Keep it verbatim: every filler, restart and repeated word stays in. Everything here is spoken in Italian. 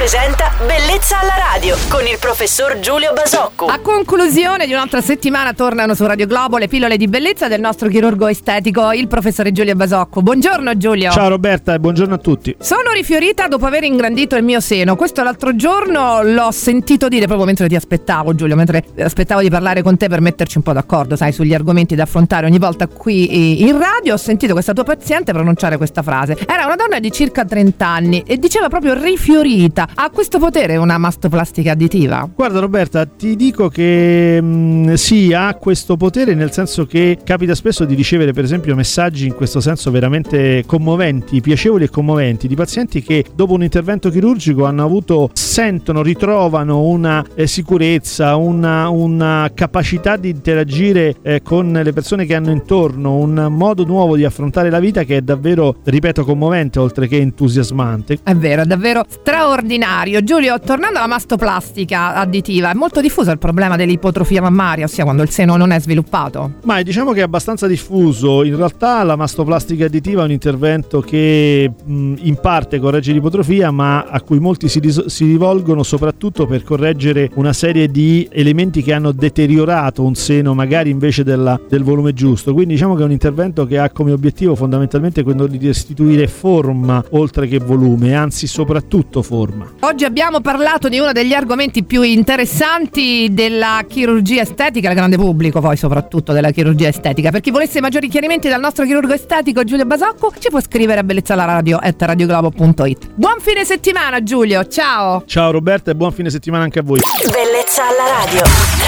presenta Bellezza alla radio con il professor Giulio Basocco. A conclusione di un'altra settimana tornano su Radio Globo le pillole di bellezza del nostro chirurgo estetico, il professore Giulio Basocco. Buongiorno Giulio. Ciao Roberta e buongiorno a tutti. Sono rifiorita dopo aver ingrandito il mio seno. Questo l'altro giorno l'ho sentito dire proprio mentre ti aspettavo, Giulio, mentre aspettavo di parlare con te per metterci un po' d'accordo, sai, sugli argomenti da affrontare ogni volta qui in radio. Ho sentito questa tua paziente pronunciare questa frase. Era una donna di circa trenta anni e diceva proprio rifiorita. Ha questo potere una mastoplastica additiva? Guarda Roberta, ti dico che mh, sì, ha questo potere, nel senso che capita spesso di ricevere per esempio messaggi in questo senso veramente commoventi, piacevoli e commoventi, di pazienti che dopo un intervento chirurgico hanno avuto, sentono, ritrovano una eh, sicurezza, una, una capacità di interagire eh, con le persone che hanno intorno, un modo nuovo di affrontare la vita che è davvero, ripeto, commovente oltre che entusiasmante. È vero, è davvero straordinario. Giulio, tornando alla mastoplastica additiva, è molto diffuso il problema dell'ipotrofia mammaria, ossia quando il seno non è sviluppato? Ma diciamo che è abbastanza diffuso. In realtà la mastoplastica additiva è un intervento che mh, in parte corregge l'ipotrofia, ma a cui molti si, ris- si rivolgono soprattutto per correggere una serie di elementi che hanno deteriorato un seno magari invece della, del volume giusto. Quindi diciamo che è un intervento che ha come obiettivo fondamentalmente quello di restituire forma oltre che volume, anzi soprattutto forma. Oggi abbiamo parlato di uno degli argomenti più interessanti della chirurgia estetica, al grande pubblico poi soprattutto della chirurgia estetica. Per chi volesse maggiori chiarimenti dal nostro chirurgo estetico Giulio Basocco, ci può scrivere a bellezzalaradio chiocciola radioglobo punto it. Buon fine settimana Giulio, ciao! Ciao Roberta e buon fine settimana anche a voi. Bellezza alla radio.